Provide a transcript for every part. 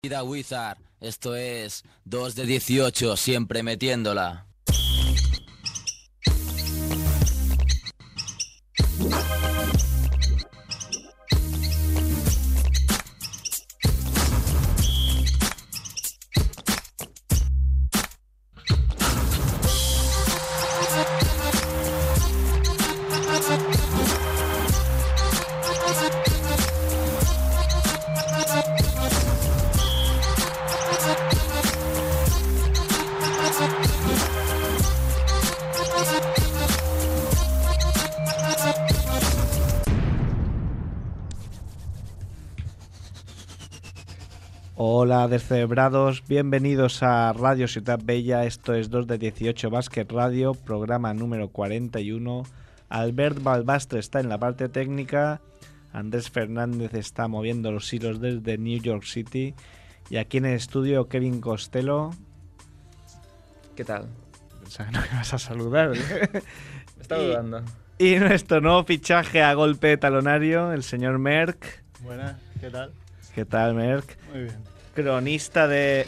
Vida Wizard, esto es 2 de 18, siempre metiéndola. Hola descerebrados, bienvenidos a Radio Ciudad Bella, esto es 2 de 18 Basket Radio, programa número 41. Albert Balbastre está en la parte técnica, Andrés Fernández está moviendo los hilos desde New York City y aquí en el estudio Kevin Costello. ¿Qué tal? Pensaba que no me vas a saludar. Me estaba dudando. Y nuestro nuevo fichaje a golpe de talonario, el señor Merck. Buenas, ¿qué tal? ¿Qué tal, Merck? Muy bien. Cronista de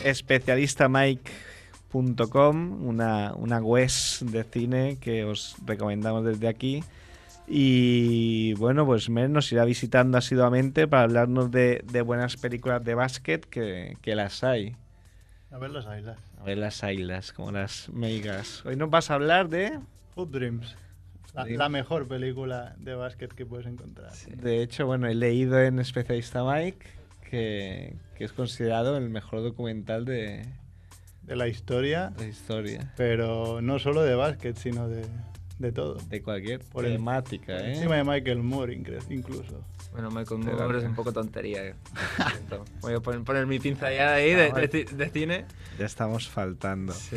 especialistamike.com, una web de cine que os recomendamos desde aquí. Y bueno, pues Mer nos irá visitando asiduamente para hablarnos de buenas películas de básquet que las hay. A ver las islas. A ver las ailas, como las megas. Hoy nos vas a hablar de... Hoop Dreams. La mejor película de básquet que puedes encontrar. Sí. De hecho, bueno, he leído en Especialista Mike que es considerado el mejor documental de la historia. De historia. Pero no solo de básquet, sino de todo. De cualquier por temática, por encima de Michael Moore, incluso. Bueno, Michael Moore es un poco tontería. Voy a poner mi pinza ya ahí de cine. Ya estamos faltando. Sí.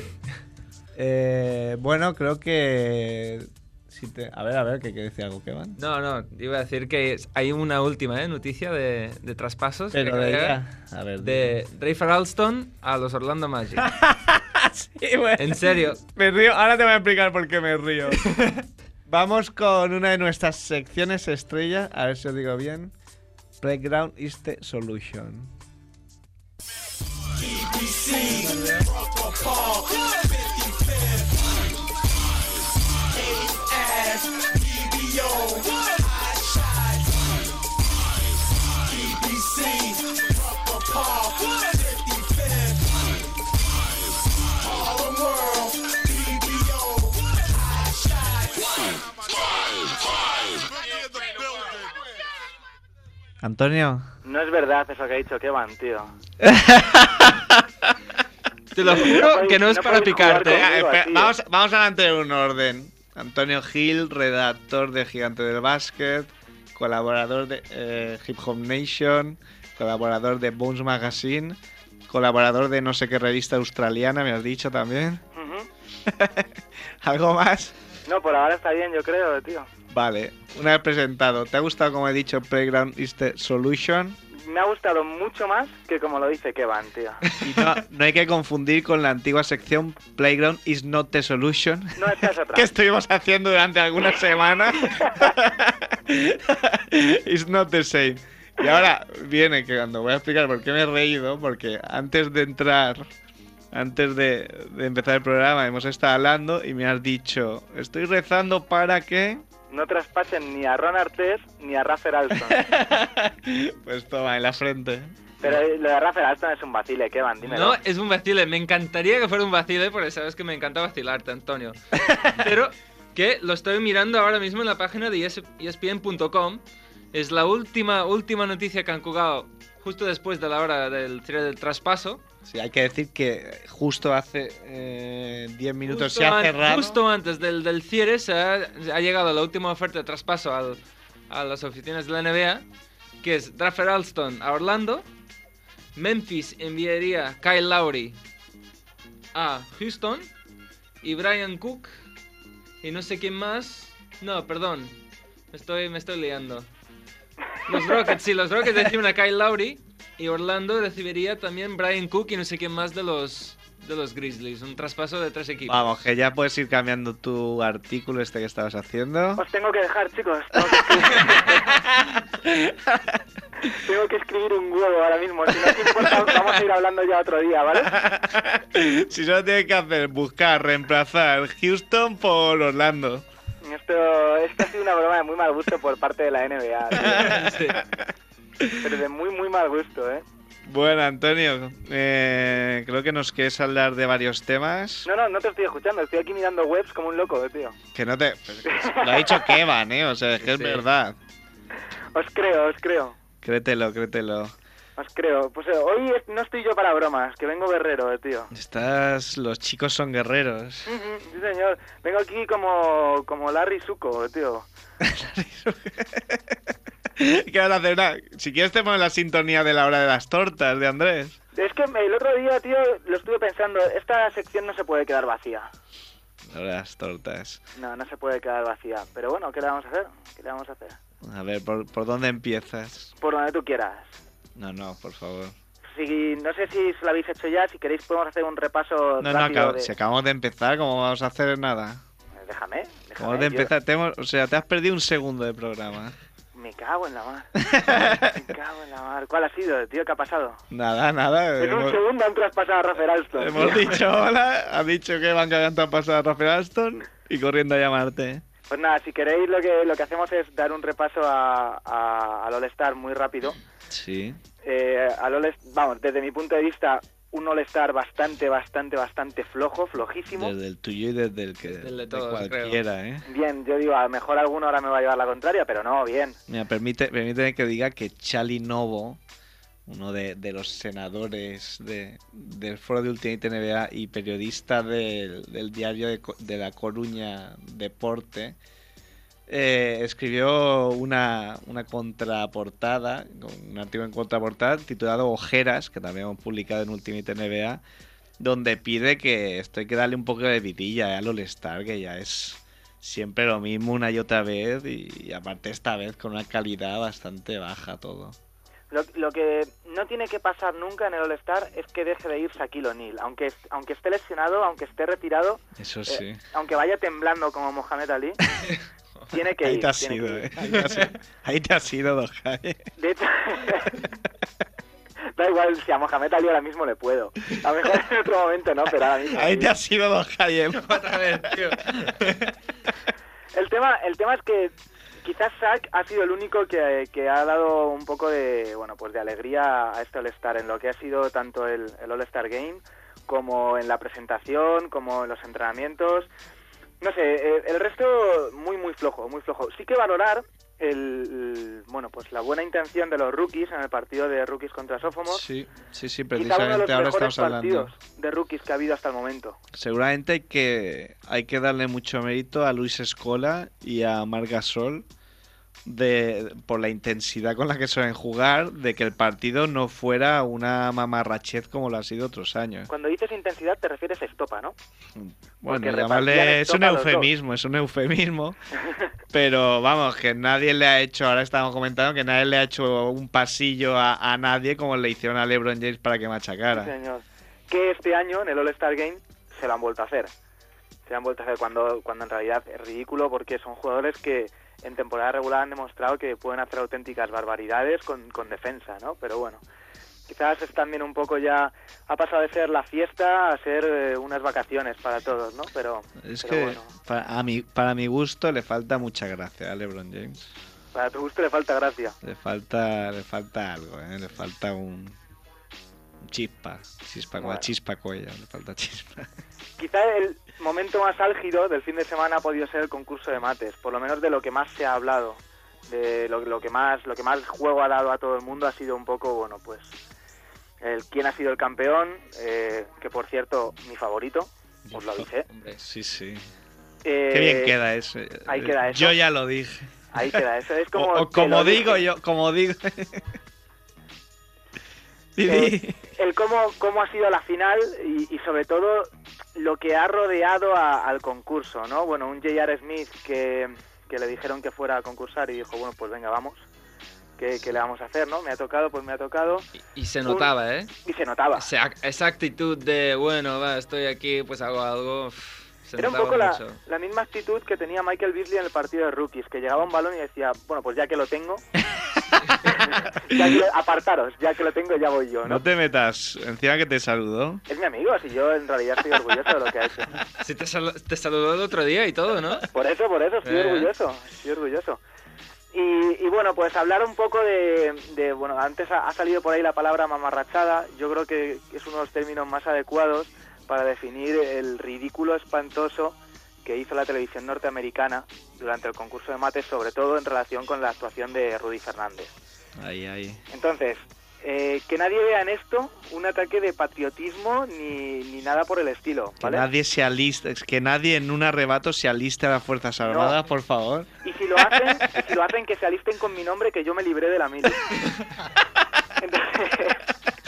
Bueno, creo que... A ver, ¿qué quiere decir algo, Kevin? No, iba a decir que hay una última noticia de traspasos. Pero de Rafer Alston a los Orlando Magic. Sí, bueno. En serio. Me río, ahora te voy a explicar por qué me río. Vamos con una de nuestras secciones estrella, a ver si os digo bien. Playground is the solution. Antonio. No es verdad eso que ha dicho Kevin, tío. Te lo juro que no es para picarte. Vamos a mantener un orden. Antonio Gil, redactor de Gigante del Básquet, colaborador de Hip Hop Nation, colaborador de Bones Magazine, colaborador de no sé qué revista australiana, me has dicho también. ¿Algo más? No, por ahora está bien, yo creo, tío. Vale, una vez presentado, ¿te ha gustado como he dicho Playground is the solution? Me ha gustado mucho más que como lo dice Kevin, tío. Y no hay que confundir con la antigua sección Playground is not the solution. No, esta es otra. Que estuvimos haciendo durante algunas semanas. It's not the same. Y ahora viene que cuando voy a explicar por qué me he reído, porque antes de empezar el programa hemos estado hablando y me has dicho, estoy rezando para que... No traspasen ni a Ron Artest ni a Rafer Alston. Pues toma, en la frente. Pero lo de Rafer Alston es un vacile, Kevin, dímelo. No, es un vacile. Me encantaría que fuera un vacile, porque sabes que me encanta vacilarte, Antonio. Pero que lo estoy mirando ahora mismo en la página de ESPN.com. Es la última noticia que han colgado justo después de la hora del cierre del traspaso. Sí, hay que decir que justo hace 10 minutos se ha cerrado. Justo antes del cierre ha llegado la última oferta de traspaso a las oficinas de la NBA, que es Rafer Alston a Orlando, Memphis enviaría Kyle Lowry a Houston y Brian Cook y no sé quién más. No, perdón, me estoy liando. Los Rockets reciben a Kyle Lowry. Y Orlando recibiría también Brian Cook y no sé quién más de los Grizzlies. Un traspaso de 3 equipos. Vamos, que ya puedes ir cambiando tu artículo que estabas haciendo. Os tengo que dejar, chicos. Tengo que escribir un huevo ahora mismo. Si no te importa, vamos a ir hablando ya otro día, ¿vale? Si solo tienes que hacer, buscar, reemplazar Houston por Orlando. Esto ha sido una broma de muy mal gusto por parte de la NBA, tío. Sí. Pero de muy, muy mal gusto, ¿eh? Bueno, Antonio, creo que nos quieres hablar de varios temas. No te estoy escuchando. Estoy aquí mirando webs como un loco, tío. Que no te... Lo ha dicho Kevan, ¿eh? O sea, es que es Sí. verdad. Os creo. Créetelo. Os creo. Pues hoy no estoy yo para bromas, que vengo guerrero, tío. Los chicos son guerreros. Sí, señor. Vengo aquí como Larry Suco, tío. ¿Qué vas a hacer? Si quieres te pones la sintonía de la hora de las tortas de Andrés. Es que el otro día, tío, lo estuve pensando. Esta sección no se puede quedar vacía. La hora de las tortas. No se puede quedar vacía. Pero bueno, ¿qué le vamos a hacer? A ver, ¿por dónde empiezas? Por donde tú quieras. No, por favor. No sé si lo habéis hecho ya. Si queréis podemos hacer un repaso rápido Si acabamos de empezar, ¿cómo vamos a hacer nada? Déjame. Acabamos de empezar, te has perdido un segundo de programa. Me cago en la mar. ¿Cuál ha sido, tío? ¿Qué ha pasado? Nada. En un segundo han traspasado a Rafael Alston. Hemos dicho hola, ha dicho que van a traspasar a Rafael Alston y corriendo a llamarte. Pues nada, si queréis lo que hacemos es dar un repaso al All-Star muy rápido. Sí. Vamos, desde mi punto de vista, un All-Star bastante flojísimo. Desde el tuyo y desde el de todos, cualquiera, ¿eh? Bien, yo digo, a lo mejor alguno ahora me va a llevar la contraria, pero no, bien. Mira, permíteme que diga que Chali Novo, uno de los senadores del foro de Ultimate NBA y periodista del diario de La Coruña Deporte, escribió una contraportada, un artículo en contraportada titulado Ojeras, que también hemos publicado en Ultimate NBA, donde pide que esto hay que darle un poco de vidilla al All-Star, que ya es siempre lo mismo una y otra vez, y aparte esta vez con una calidad bastante baja todo. Lo que no tiene que pasar nunca en el All-Star es que deje de ir Shaquille O'Neal. Aunque esté lesionado, aunque esté retirado, Eso sí. Aunque vaya temblando como Mohamed Ali, tiene que ir. Ahí te has ido, Ahí te has ido, Dojai. De hecho, da igual, si a Mohamed Ali ahora mismo le puedo. A lo mejor en otro momento no, pero ahora mismo. Ahí te has ido, Dojai. Otra vez, tío. El tema es que quizás Shaq ha sido el único que ha dado un poco de alegría a este All-Star, en lo que ha sido tanto el All-Star Game como en la presentación, como en los entrenamientos. No sé, el resto muy flojo. Sí que valorar la buena intención de los rookies en el partido de rookies contra sophomores. Sí, Quizá uno de precisamente los ahora mejores estamos hablando. partidos de rookies que ha habido hasta el momento. Seguramente hay que darle mucho mérito a Luis Scola y a Marc Gasol por la intensidad con la que suelen jugar, de que el partido no fuera una mamarrachez como lo ha sido otros años. Cuando dices intensidad te refieres a estopa, ¿no? Bueno, Porque llamarle, es un repartían eufemismo, pero vamos, que nadie le ha hecho, ahora estamos comentando que nadie le ha hecho un pasillo a nadie como le hicieron a LeBron James para que machacara. Sí, señor. Que este año en el All-Star Game se lo han vuelto a hacer. Cuando en realidad es ridículo, porque son jugadores que en temporada regular han demostrado que pueden hacer auténticas barbaridades con defensa, ¿no? Pero bueno, quizás es también un poco ya, ha pasado de ser la fiesta a ser unas vacaciones para todos, ¿no? Pero bueno. Para mi gusto le falta mucha gracia a LeBron James. Para tu gusto le falta gracia. Le falta algo, le falta un chispa, como la chispa cuella, le falta chispa. Quizá el momento más álgido del fin de semana ha podido ser el concurso de mates, por lo menos de lo que más se ha hablado, de lo que más juego ha dado a todo el mundo ha sido un poco, quién ha sido el campeón, que por cierto, mi favorito, os lo avisé. Sí. Qué bien queda eso. Ahí queda eso. Yo ya lo dije. Ahí queda eso. Es como como digo yo. El cómo ha sido la final y sobre todo lo que ha rodeado al concurso, ¿no? Bueno, un J.R. Smith que le dijeron que fuera a concursar y dijo, bueno, pues venga, vamos. ¿Qué le vamos a hacer, no? Me ha tocado, pues me ha tocado. Y se notaba, ¿eh? Y se notaba. Esa actitud de, estoy aquí, pues hago algo. Era un poco la misma actitud que tenía Michael Beasley en el partido de rookies, que llegaba un balón y decía, bueno, pues ya que lo tengo, Apartaros, ya que lo tengo ya voy yo, ¿no? No te metas, encima que te saludó. Es mi amigo, así yo en realidad estoy orgulloso de lo que ha hecho. Sí, te saludó el otro día y todo, ¿no? Por eso, estoy orgulloso. Y bueno, pues hablar un poco de bueno, antes ha salido por ahí la palabra mamarrachada. Yo creo que es uno de los términos más adecuados para definir el ridículo espantoso que hizo la televisión norteamericana durante el concurso de mates, sobre todo en relación con la actuación de Rudy Fernández. Ahí. Entonces, que nadie vea en esto un ataque de patriotismo ni nada por el estilo, ¿vale? Que nadie en un arrebato se aliste a las Fuerzas Armadas, por favor. Y si lo hacen, que se alisten con mi nombre, que yo me libré de la mili. Entonces...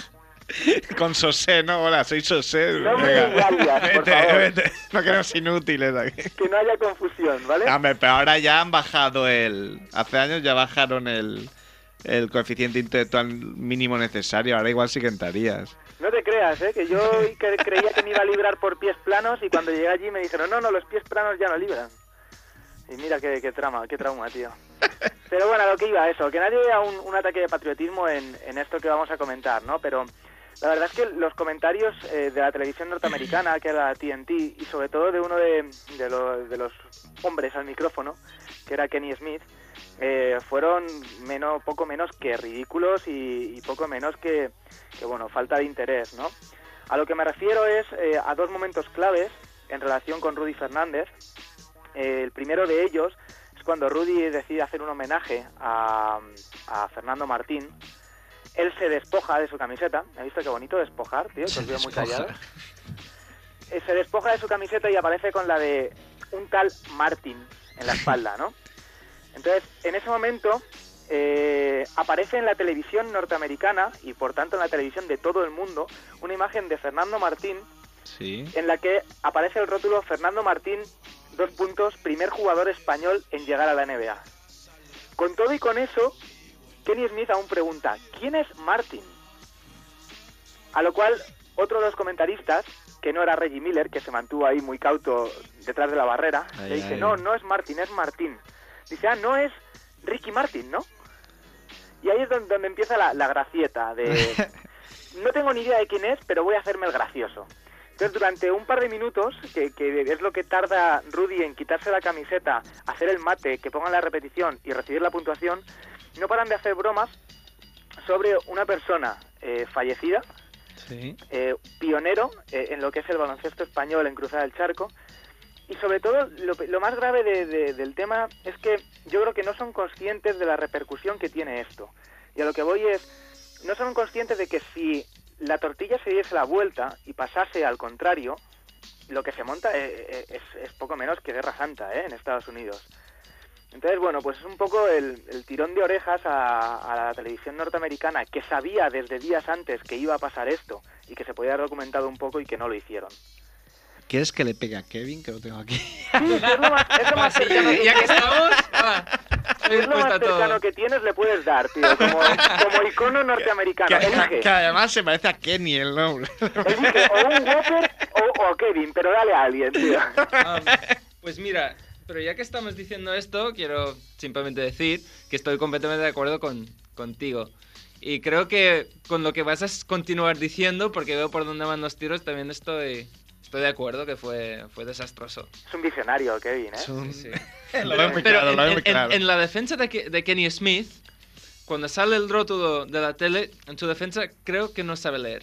Con Sosé, ¿no? Hola, soy Sosé. No me alias, por favor. Vete. No queremos inútiles aquí. Que no haya confusión, ¿vale? Hombre, pero ahora ya han bajado hace años ya bajaron el coeficiente intelectual mínimo necesario. Ahora igual sí que entrarías. No te creas, que yo creía que me iba a librar por pies planos y cuando llegué allí me dijeron, no, los pies planos ya no libran. Y mira qué trauma, tío. Pero bueno, a lo que iba, eso, que nadie vea un ataque de patriotismo en esto que vamos a comentar, ¿no? Pero la verdad es que los comentarios de la televisión norteamericana, que era TNT, y sobre todo de uno de los hombres al micrófono, que era Kenny Smith, fueron poco menos que ridículos y poco menos que bueno, falta de interés, ¿no? A lo que me refiero es a dos momentos claves en relación con Rudy Fernández. El primero de ellos es cuando Rudy decide hacer un homenaje a Fernando Martín. Él se despoja de su camiseta. ¿Me has visto qué bonito despojar, tío? Que os veo muy callados. Se despoja de su camiseta y aparece con la de un tal Martin en la espalda, ¿no? Entonces, en ese momento aparece en la televisión norteamericana y por tanto en la televisión de todo el mundo una imagen de Fernando Martín, sí, en la que aparece el rótulo Fernando Martín, primer jugador español en llegar a la NBA. Con todo y con eso, Kenny Smith aún pregunta, ¿quién es Martin? A lo cual, otro de los comentaristas, que no era Reggie Miller, que se mantuvo ahí muy cauto detrás de la barrera, le dice, no es Martin, es Martín. Dice, no es Ricky Martin, ¿no? Y ahí es donde empieza la gracieta de... No tengo ni idea de quién es, pero voy a hacerme el gracioso. Entonces, durante un par de minutos, que es lo que tarda Rudy en quitarse la camiseta, hacer el mate, que pongan la repetición y recibir la puntuación, no paran de hacer bromas sobre una persona fallecida, sí, pionero en lo que es el baloncesto español en cruzar el charco. Y sobre todo, lo más grave del tema es que yo creo que no son conscientes de la repercusión que tiene esto. Y a lo que voy es, no son conscientes de que si la tortilla se diese la vuelta y pasase al contrario, lo que se monta es poco menos que Guerra Santa, en Estados Unidos. Entonces, bueno, pues es un poco el tirón de orejas a la televisión norteamericana, que sabía desde días antes que iba a pasar esto y que se podía haber documentado un poco y que no lo hicieron. ¿Quieres que le pegue a Kevin? Que lo tengo aquí. Sí, es lo más cercano ya que estamos, es lo más cercano que tienes, le puedes dar, tío, como icono norteamericano. Que además se parece a Kenny el nombre. Elige o un Whopper o a Kevin, pero dale a alguien, tío. Pues mira, pero ya que estamos diciendo esto, quiero simplemente decir que estoy completamente de acuerdo contigo. Y creo que con lo que vas a continuar diciendo, porque veo por dónde van los tiros, también estoy de acuerdo que fue desastroso. Es un visionario, Kevin, Sí. Lo veo muy claro, lo veo muy claro. En la defensa de Kenny Smith, cuando sale el rótulo de la tele, en su defensa creo que no sabe leer.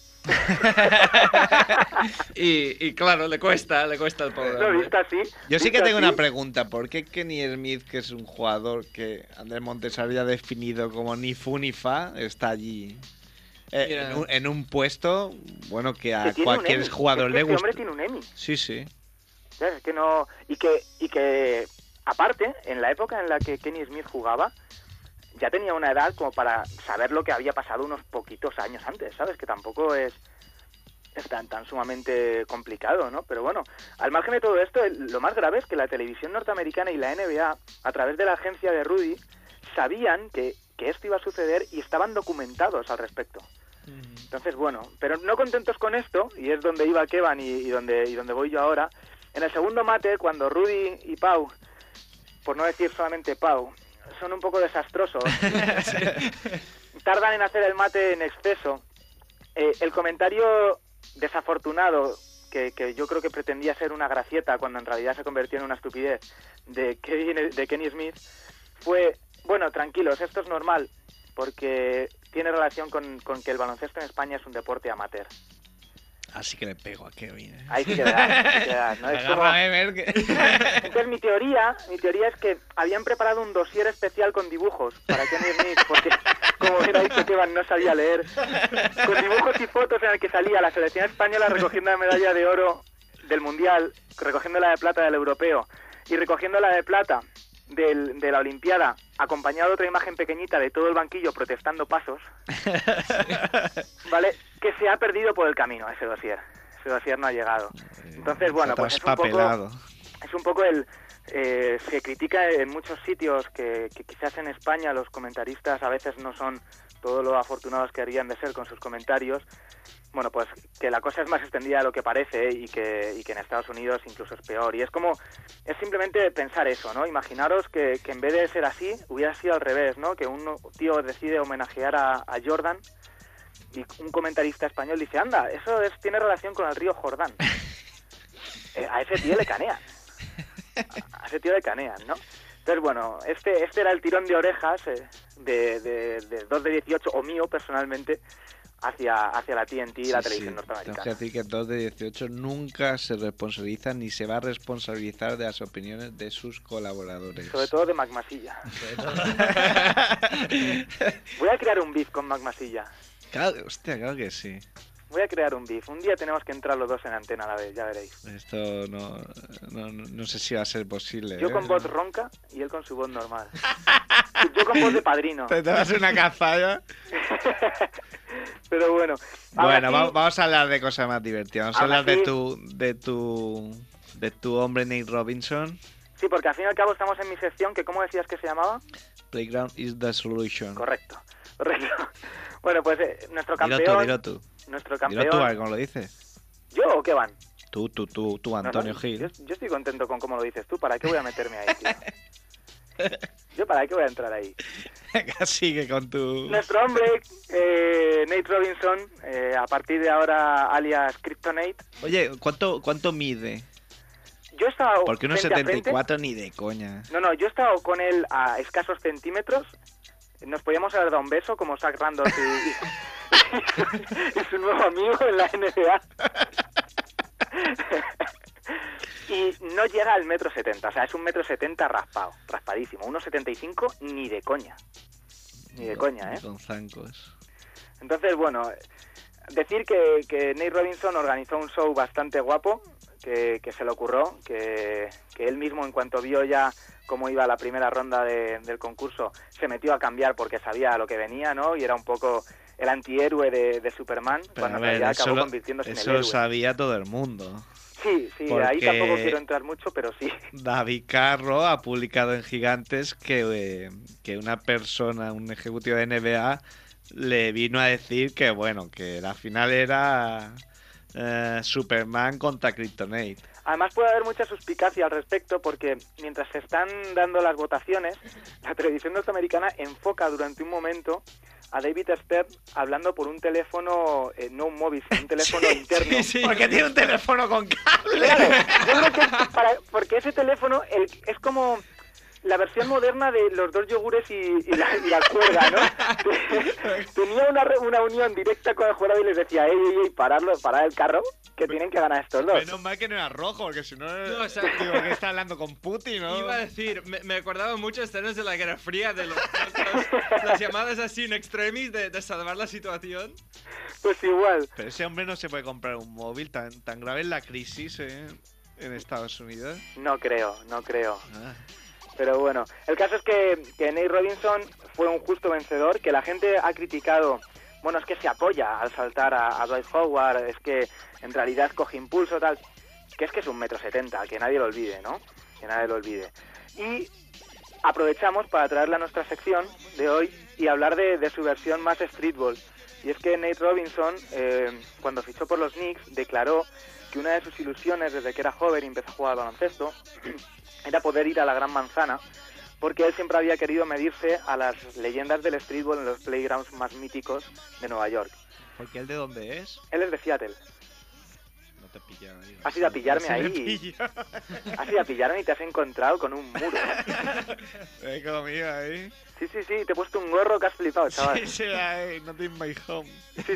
y claro, le cuesta al pobre. ¿Lo viste así? Yo sí que tengo una pregunta. ¿Por qué Kenny Smith, que es un jugador que Andrés Montes había definido como ni fu ni fa, está allí en un puesto, bueno, que a cualquier jugador le gusta? Este hombre tiene un Emmy. Sí. Es que no... Y que aparte, en la época en la que Kenny Smith jugaba, ya tenía una edad como para saber lo que había pasado unos poquitos años antes, ¿sabes? Que tampoco es tan sumamente complicado, ¿no? Pero bueno, al margen de todo esto, lo más grave es que la televisión norteamericana y la NBA, a través de la agencia de Rudy, sabían que esto iba a suceder y estaban documentados al respecto. Entonces, bueno, pero no contentos con esto, y es donde iba Kevin y donde voy yo ahora, en el segundo mate, cuando Rudy y Pau, por no decir solamente Pau, son un poco desastrosos. Tardan en hacer el mate en exceso. El comentario desafortunado, que yo creo que pretendía ser una gracieta cuando en realidad se convirtió en una estupidez, de Kenny Smith, fue, bueno, tranquilos, esto es normal, porque tiene relación con que el baloncesto en España es un deporte amateur. Así que le pego a Kevin. Ahí sí que da, ¿no? Es como... Entonces mi teoría es que habían preparado un dossier especial con dibujos para Kenny Smith, porque como hubiera dicho Kevin, no sabía leer, con dibujos y fotos en el que salía la selección española recogiendo la medalla de oro del Mundial, recogiendo la de plata del Europeo y recogiendo la de plata de la Olimpiada, acompañado de otra imagen pequeñita de todo el banquillo protestando pasos, ¿vale? Que se ha perdido por el camino ese dossier. Ese dossier no ha llegado. Entonces, bueno, pues es un poco el... se critica en muchos sitios que quizás en España los comentaristas a veces no son todo lo afortunados que harían de ser con sus comentarios. Bueno, pues que la cosa es más extendida de lo que parece y que en Estados Unidos incluso es peor. Y es simplemente pensar eso, ¿no? Imaginaros que en vez de ser así, hubiera sido al revés, ¿no? Que un tío decide homenajear a Jordan y un comentarista español dice, anda, eso tiene relación con el río Jordán. A ese tío le canean. A ese tío le canean, ¿no? Entonces, bueno, este era el tirón de orejas de 2 de 18, o mío personalmente, hacia la TNT y la televisión norteamericana. Tengo que decir que 2 de 18 nunca se responsabiliza ni se va a responsabilizar de las opiniones de sus colaboradores. Sobre todo de Mac Masilla. Voy a crear un beef con Mac Masilla. Claro que sí. Voy a crear un beef. Un día tenemos que entrar los dos en antena a la vez, ya veréis. Esto no sé si va a ser posible. Yo con voz ronca y él con su voz normal. Yo con voz de padrino. Te vas a una cazalla. Pero bueno. Bueno, sí, vamos a hablar de cosas más divertidas. Vamos a hablar de tu hombre Nate Robinson. Sí, porque al fin y al cabo estamos en mi sección, que ¿cómo decías que se llamaba? Playground is the solution. Correcto. Bueno, pues nuestro campeón... Dilo tú. Nuestro campeón... Dilo tú, ¿cómo lo dices? ¿Yo o qué van? Tú, Antonio Gil. Yo estoy contento con cómo lo dices tú. ¿Para qué voy a meterme ahí, tío? ¿Yo para qué voy a entrar ahí? Sigue con tu... Nuestro hombre, Nate Robinson, a partir de ahora alias Kryptonate. Oye, ¿cuánto mide? Yo he estado... Porque unos 74 ni de coña. No, yo he estado con él a escasos centímetros. Nos podíamos haber dado un beso como Zach Randolph y su nuevo amigo en la NBA. Y no llega al 1,70 m, o sea, es 1,70 m raspado, raspadísimo. 1,75 m ni de coña. Ni de coña, ¿eh? Con zancos. Entonces, bueno, decir que Nate Robinson organizó un show bastante guapo, que se le ocurrió, que él mismo, en cuanto vio ya cómo iba la primera ronda del concurso, se metió a cambiar porque sabía a lo que venía, ¿no? Y era un poco el antihéroe de Superman, pero cuando en realidad acabó convirtiéndose en el héroe. Eso sabía todo el mundo. Sí, porque ahí tampoco quiero entrar mucho, pero sí. David Carro ha publicado en Gigantes que una persona, un ejecutivo de NBA, le vino a decir que, bueno, que la final era Superman contra Kryptonite. Además puede haber mucha suspicacia al respecto porque mientras se están dando las votaciones, la televisión norteamericana enfoca durante un momento a David Stern hablando por un teléfono, no un móvil, sino un teléfono interno. Sí, porque tiene un teléfono con cable. Claro, yo creo que porque ese teléfono es como la versión moderna de los dos yogures y la cuerda, ¿no? Tenía una unión directa con el jurado y les decía, ey, parad el carro, que tienen que ganar estos dos. Menos mal que no era rojo, porque si no, o sea, digo, que está hablando con Putin, ¿no? Iba a decir, me acordaba mucho escenas de la Guerra Fría, de las llamadas así in extremis de salvar la situación. Pues igual. Pero ese hombre no se puede comprar un móvil, tan grave es la crisis en Estados Unidos. No creo. Ah. Pero bueno, el caso es que Nate Robinson fue un justo vencedor, que la gente ha criticado, bueno, es que se apoya al saltar a Dwight Howard, es que en realidad coge impulso, tal, que es 1,70 m, que nadie lo olvide, ¿no? Que nadie lo olvide. Y aprovechamos para traerle a nuestra sección de hoy y hablar de su versión más streetball. Y es que Nate Robinson, cuando fichó por los Knicks, declaró que una de sus ilusiones desde que era joven y empezó a jugar al baloncesto era poder ir a la Gran Manzana porque él siempre había querido medirse a las leyendas del streetball en los playgrounds más míticos de Nueva York. ¿Porque él de dónde es? Él es de Seattle. No te pillan ahí. Has ido a pillarme Sí me ahí. pillo. Has ido a pillarme y te has encontrado con un muro. Conmigo ahí. Sí, te he puesto un gorro que has flipado, chaval. Sí, ahí, not in my home. Sí.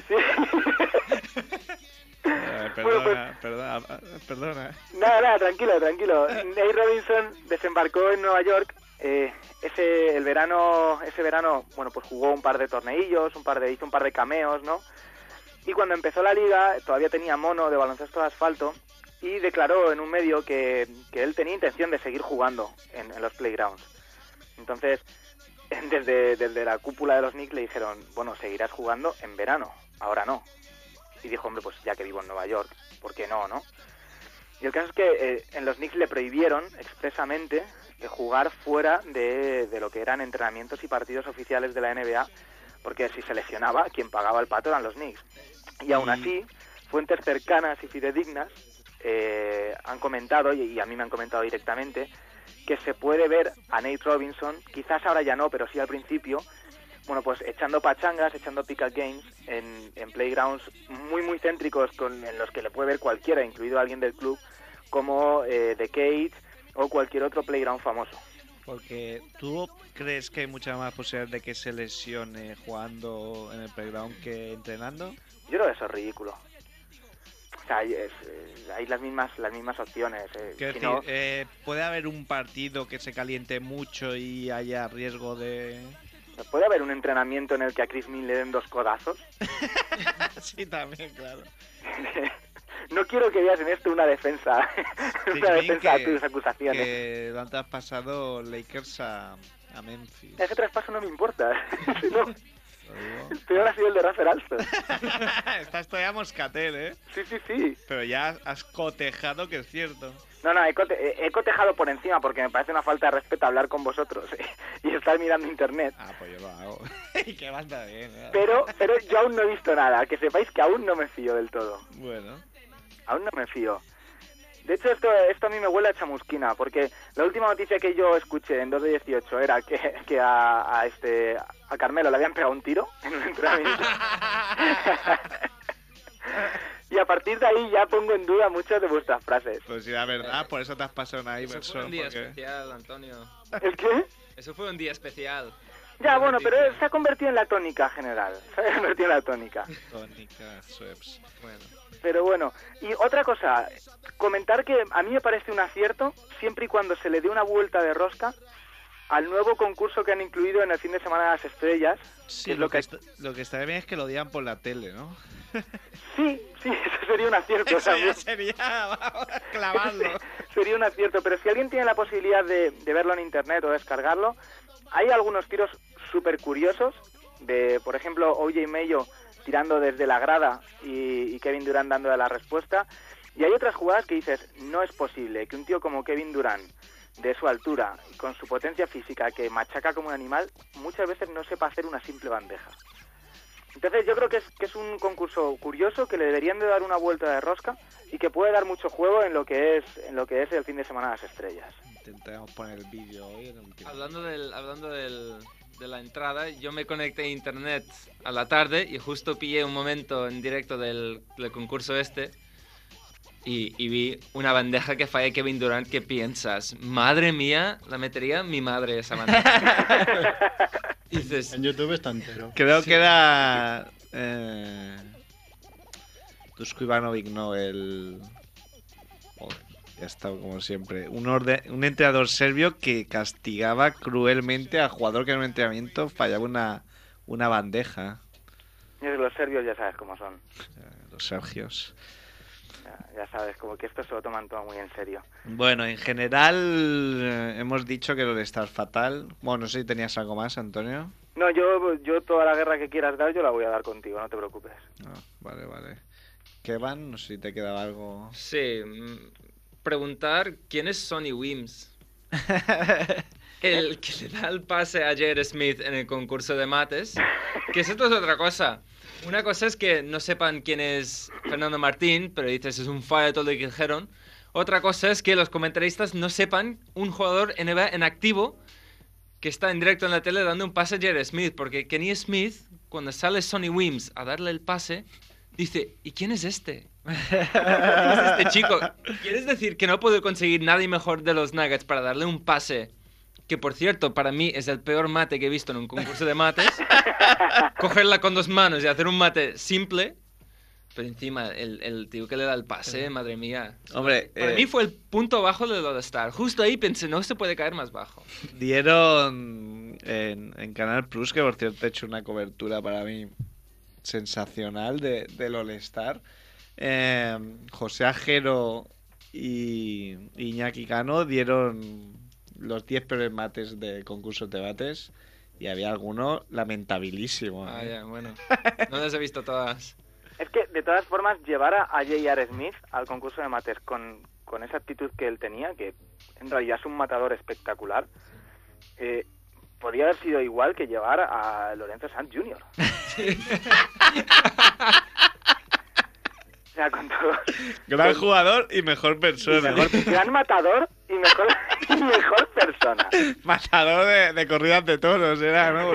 Perdona. Nada, tranquilo. Nate Robinson desembarcó en Nueva York. Ese verano, bueno, pues jugó un par de torneillos, hizo un par de cameos, ¿no? Y cuando empezó la liga, todavía tenía mono de baloncesto de asfalto y declaró en un medio que él tenía intención de seguir jugando en los playgrounds. Entonces, desde la cúpula de los Knicks le dijeron, bueno, seguirás jugando en verano, ahora no. Y dijo, hombre, pues ya que vivo en Nueva York, ¿por qué no? Y el caso es que en los Knicks le prohibieron expresamente jugar fuera de lo que eran entrenamientos y partidos oficiales de la NBA, porque si se lesionaba, quien pagaba el pato eran los Knicks. Y aún así, fuentes cercanas y fidedignas han comentado, y a mí me han comentado directamente, que se puede ver a Nate Robinson, quizás ahora ya no, pero sí al principio, bueno, pues echando pachangas, echando pick-up games en playgrounds muy céntricos en los que le puede ver cualquiera, incluido alguien del club, como The Cage o cualquier otro playground famoso. Porque tú crees que hay mucha más posibilidad de que se lesione jugando en el playground que entrenando. Yo creo que eso es ridículo. O sea, hay las mismas opciones. Quiero si decir, puede haber un partido que se caliente mucho y haya riesgo de... ¿Puede haber un entrenamiento en el que a Chris Mill le den 2 codazos? Sí, también, claro. No quiero que veas en esto una defensa a tus acusaciones. Que lo han traspasado Lakers a Memphis. Ese traspaso no me importa. No, Lo el peor ha sido el de Rafael Alston. Estás todavía moscatel, ¿eh? Sí. Pero ya has cotejado, que es cierto. No, he cotejado por encima porque me parece una falta de respeto hablar con vosotros y estar mirando internet. Ah, pues yo lo hago. Y que banda bien, ¿eh? Pero yo aún no he visto nada. Que sepáis que aún no me fío del todo. Bueno. Aún no me fío. De hecho, esto a mí me huele a chamusquina, porque la última noticia que yo escuché en 2 de 18 era que a Carmelo le habían pegado un tiro en un entrenamiento. Y a partir de ahí ya pongo en duda muchas de vuestras frases. Pues sí, la verdad, por eso te has pasado una Eso fue un día especial, Antonio. ¿El qué? Eso fue un día especial. Ya, bueno, pero se ha convertido en la tónica general. Tónica, Sweps. Bueno. Pero bueno, y otra cosa, comentar que a mí me parece un acierto siempre y cuando se le dé una vuelta de rosca al nuevo concurso que han incluido en el fin de semana de las estrellas. Sí, lo que estaría bien es que lo digan por la tele, ¿no? Sí, eso sería un acierto. Eso ya sería, vamos a clavarlo. Sería un acierto, pero si alguien tiene la posibilidad de verlo en internet o descargarlo, hay algunos tiros súper curiosos de, por ejemplo, O.J. Mayo tirando desde la grada y Kevin Durant dando la respuesta. Y hay otras jugadas que dices, no es posible que un tío como Kevin Durant, de su altura y con su potencia física, que machaca como un animal, muchas veces no sepa hacer una simple bandeja. Entonces yo creo que es un concurso curioso, que le deberían de dar una vuelta de rosca y que puede dar mucho juego en lo que es el fin de semana de las estrellas. Intentaremos poner el vídeo hoy en el último. Hablando de la entrada, yo me conecté a internet a la tarde y justo pillé un momento en directo del concurso y vi una bandeja que falla Kevin Durant. ¿Qué piensas? Madre mía, la metería mi madre esa bandeja. Dices, En YouTube está entero. Creo que era Dusko Ivanovic, no, el... Joder, ya está como siempre. Un entrenador serbio que castigaba cruelmente al jugador que en un entrenamiento fallaba una bandeja. Y los serbios ya sabes cómo son. Los sergios. Ya sabes, como que esto se lo toman todo muy en serio. Bueno, en general hemos dicho que lo de estar fatal. Bueno, no sé si tenías algo más, Antonio. No, yo toda la guerra que quieras dar, yo la voy a dar contigo, no te preocupes. No, vale. Kevan, no sé si te quedaba algo. sí, preguntar quién es Sonny Wims. El que le da el pase a J.R. Smith en el concurso de mates. Que esto es otra cosa. Una cosa es que no sepan quién es Fernando Martín, pero dices, es un fallo de todo lo que dijeron. Otra cosa es que los comentaristas no sepan un jugador NBA en activo que está en directo en la tele dando un pase a J.R. Smith, porque Kenny Smith, cuando sale Sonny Weems a darle el pase, dice, ¿y quién es este? ¿Quién es este chico? ¿Quieres decir que no puedo conseguir nadie mejor de los Nuggets para darle un pase? Que, por cierto, para mí es el peor mate que he visto en un concurso de mates. Cogerla con 2 manos y hacer un mate simple. Pero encima, el tío que le da el pase, madre mía. Hombre, para mí fue el punto bajo del All-Star. Justo ahí pensé, no se puede caer más bajo. Dieron en Canal Plus, que por cierto he hecho una cobertura para mí sensacional del All-Star. José Ajero y Iñaki Cano dieron los 10 peores mates de concursos de mates y había alguno lamentabilísimo. Ah, ya, bueno. No las he visto todas. Es que, de todas formas, llevar a J.R. Smith al concurso de mates con esa actitud que él tenía, que en realidad es un matador espectacular, podría haber sido igual que llevar a Lorenzo Sanz Jr. O sea, con todo... Gran jugador y mejor persona. Gran matador y mejor persona. Matador de corridas de toros, era, ¿no?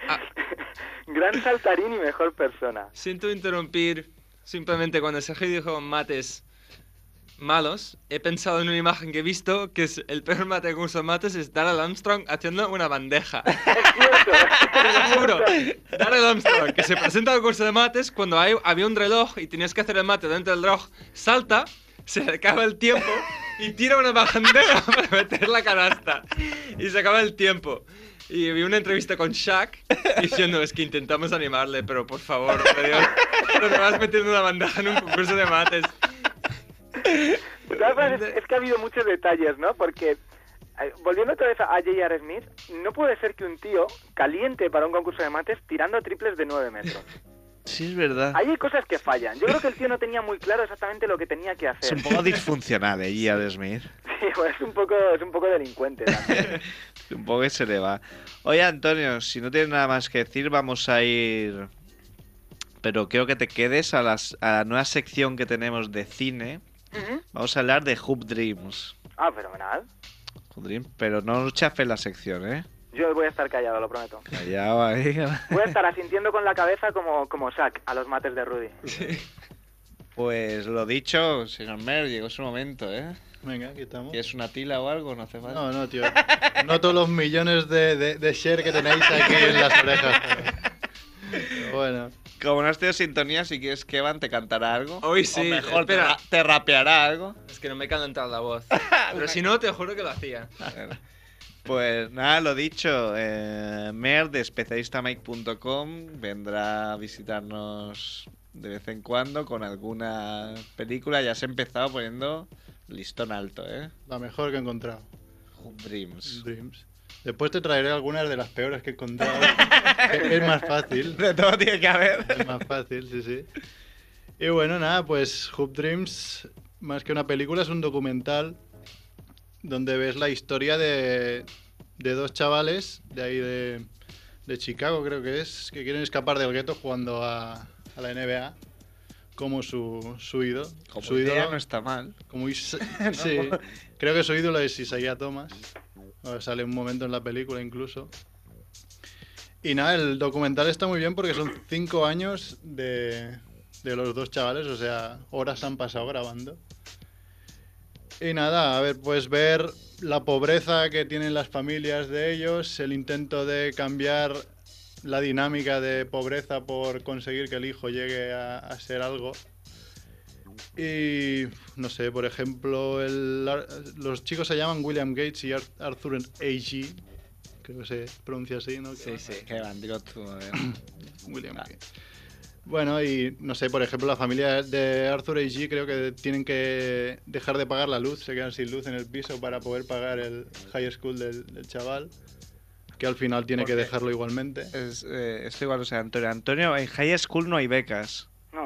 Gran saltarín y mejor persona. Siento interrumpir, simplemente cuando Sergio dijo mates malos, he pensado en una imagen que he visto, que es el peor mate de concurso de mates, es Darrell Armstrong haciendo una bandeja. Es cierto. Te lo juro. Darrell Armstrong, que se presenta al concurso de mates, cuando había un reloj y tenías que hacer el mate dentro del reloj, salta, se acaba el tiempo y tira una bandeja para meter la canasta. Y se acaba el tiempo. Y vi una entrevista con Shaq diciendo, es que intentamos animarle, pero por favor, por Dios, no me vas metiendo una bandeja en un concurso de mates. De todas maneras, es que ha habido muchos detalles, ¿no? Porque, volviendo otra vez a J.R. Smith, no puede ser que un tío caliente para un concurso de mates tirando triples de 9 metros. Sí, es verdad. Ahí hay cosas que fallan. Yo creo que el tío no tenía muy claro exactamente lo que tenía que hacer. Es un poco disfuncional, J.R. Smith. Sí, bueno, es un poco delincuente también. Un poco que se le va. Oye, Antonio, si no tienes nada más que decir, vamos a ir... Pero creo que te quedes a la nueva sección que tenemos de cine. Vamos a hablar de Hoop Dreams. Ah, fenomenal. Hoop Dreams, pero no chafes la sección, ¿eh? Yo voy a estar callado, lo prometo. Callado ahí. Voy a estar asintiendo con la cabeza como Shaq a los mates de Rudy. Pues lo dicho, señor Mer, llegó su momento, ¿eh? Venga, aquí estamos. ¿Quieres una tila o algo? No hace falta. No, tío. Noto los millones de share que tenéis aquí en las orejas. Pero bueno. Como no has tenido sintonía, si quieres que Evan te cantará algo. Hoy sí, O mejor, espera. te rapeará algo. Es que no me he calentado la voz. Pero si no, te juro que lo hacía. Pues nada, lo dicho, Mer de especialistamike.com vendrá a visitarnos de vez en cuando con alguna película. Ya se ha empezado poniendo listón alto, ¿eh? La mejor que he encontrado. Hoop Dreams. Dreams. Después te traeré algunas de las peores que he encontrado. Es más fácil. De todo tiene que haber. Es más fácil, sí, sí. Y bueno, nada, pues Hoop Dreams, más que una película, es un documental donde ves la historia de 2 chavales de ahí de Chicago, creo que es, que quieren escapar del gueto jugando a la NBA como su ídolo. Como Su idea ídolo no está mal. sí, creo que su ídolo es Isaiah Thomas. Sale un momento en la película incluso. Y nada, el documental está muy bien porque son 5 años de los 2 chavales, o sea, horas han pasado grabando. Y nada, a ver, pues ver la pobreza que tienen las familias de ellos, el intento de cambiar la dinámica de pobreza por conseguir que el hijo llegue a ser algo. Y no sé, por ejemplo, los chicos se llaman William Gates y Arthur A.G. Creo que se pronuncia así, ¿no? Sí, sí. Qué van, dilo tú, a ver. William Gates. Bueno, y no sé, por ejemplo, la familia de Arthur A.G. creo que tienen que dejar de pagar la luz, se quedan sin luz en el piso para poder pagar el high school del chaval, que al final tiene que dejarlo igualmente. Esto igual, o sea, Antonio, en high school no hay becas. No.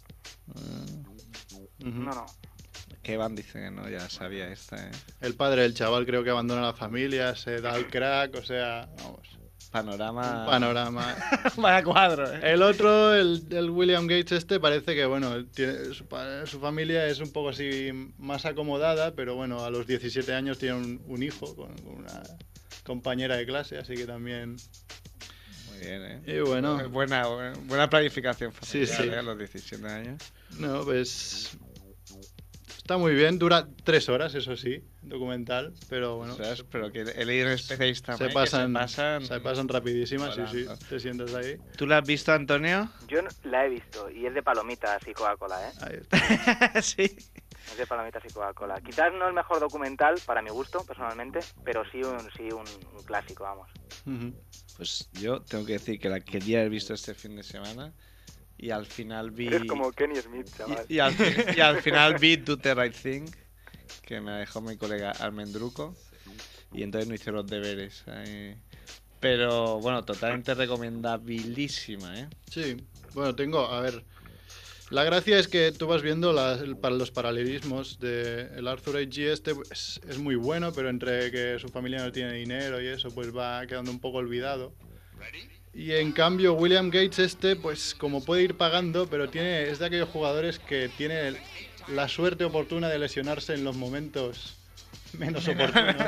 No. Que Van dice que no, ya sabía esta, ¿eh? El padre del chaval creo que abandona la familia, se da al crack, o sea, vamos. panorama. Vaya cuadro, ¿eh? El otro, el William Gates parece que, bueno, su familia es un poco así más acomodada, pero bueno, a los 17 años tiene un hijo con una compañera de clase, así que también... Muy bien, ¿eh? Y bueno... Buena planificación familiar, sí. A los 17 años. No, pues... Está muy bien, dura 3 horas, eso sí, documental, pero bueno... Pero que he leído en especialista se pasan rapidísimas, volando. sí, te sientas ahí. ¿Tú la has visto, Antonio? Yo la he visto y es de palomitas y Coca-Cola, ¿eh? Ahí está. Sí. Es de palomitas y Coca-Cola. Quizás no el mejor documental, para mi gusto, personalmente, pero sí un clásico, vamos. Pues yo tengo que decir que la quería haber visto este fin de semana y al final vi... Eres como Kenny Smith, chaval. Y al final vi Do the Right Thing, que me dejó mi colega Almendruco, y entonces no hice los deberes. Pero bueno, totalmente recomendabilísima, ¿eh? Sí, bueno, a ver... La gracia es que tú vas viendo los paralelismos el Arthur H.G. Es muy bueno, pero entre que su familia no tiene dinero y eso, pues va quedando un poco olvidado. Y en cambio William Gates pues como puede ir pagando, pero es de aquellos jugadores que tiene la suerte oportuna de lesionarse en los momentos menos oportunos.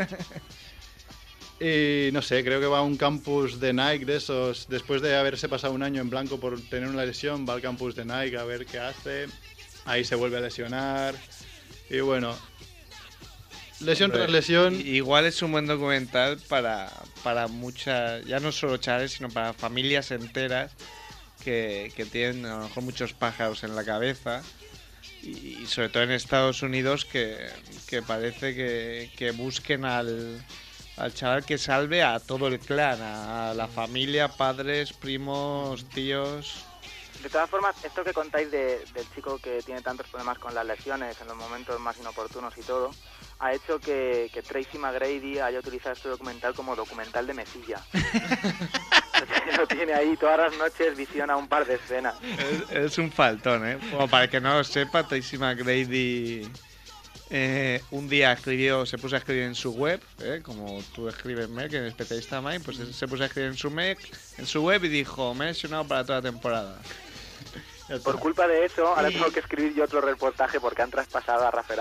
Y no sé, creo que va a un campus de Nike de esos, después de haberse pasado un año en blanco por tener una lesión, va al campus de Nike a ver qué hace, ahí se vuelve a lesionar, y bueno, lesión tras lesión. Igual es un buen documental para muchas, ya no solo chavales, sino para familias enteras que tienen a lo mejor muchos pájaros en la cabeza. Y sobre todo en Estados Unidos que parece que busquen al chaval que salve a todo el clan, a la familia, padres, primos, tíos. De todas formas, esto que contáis del chico que tiene tantos problemas con las lesiones en los momentos más inoportunos y todo, ha hecho que Tracy McGrady haya utilizado este documental como documental de mesilla. Lo tiene ahí todas las noches, visiona un par de escenas. Es un faltón, ¿eh? Como para que no lo sepa, Tracy McGrady un día se puso a escribir en su web, como tú escribes Mac, en especialista Mike, pues se puso a escribir en su web y dijo, me he lesionado para toda la temporada. Por culpa de eso, ahora tengo que escribir yo otro reportaje porque han traspasado a Rafael.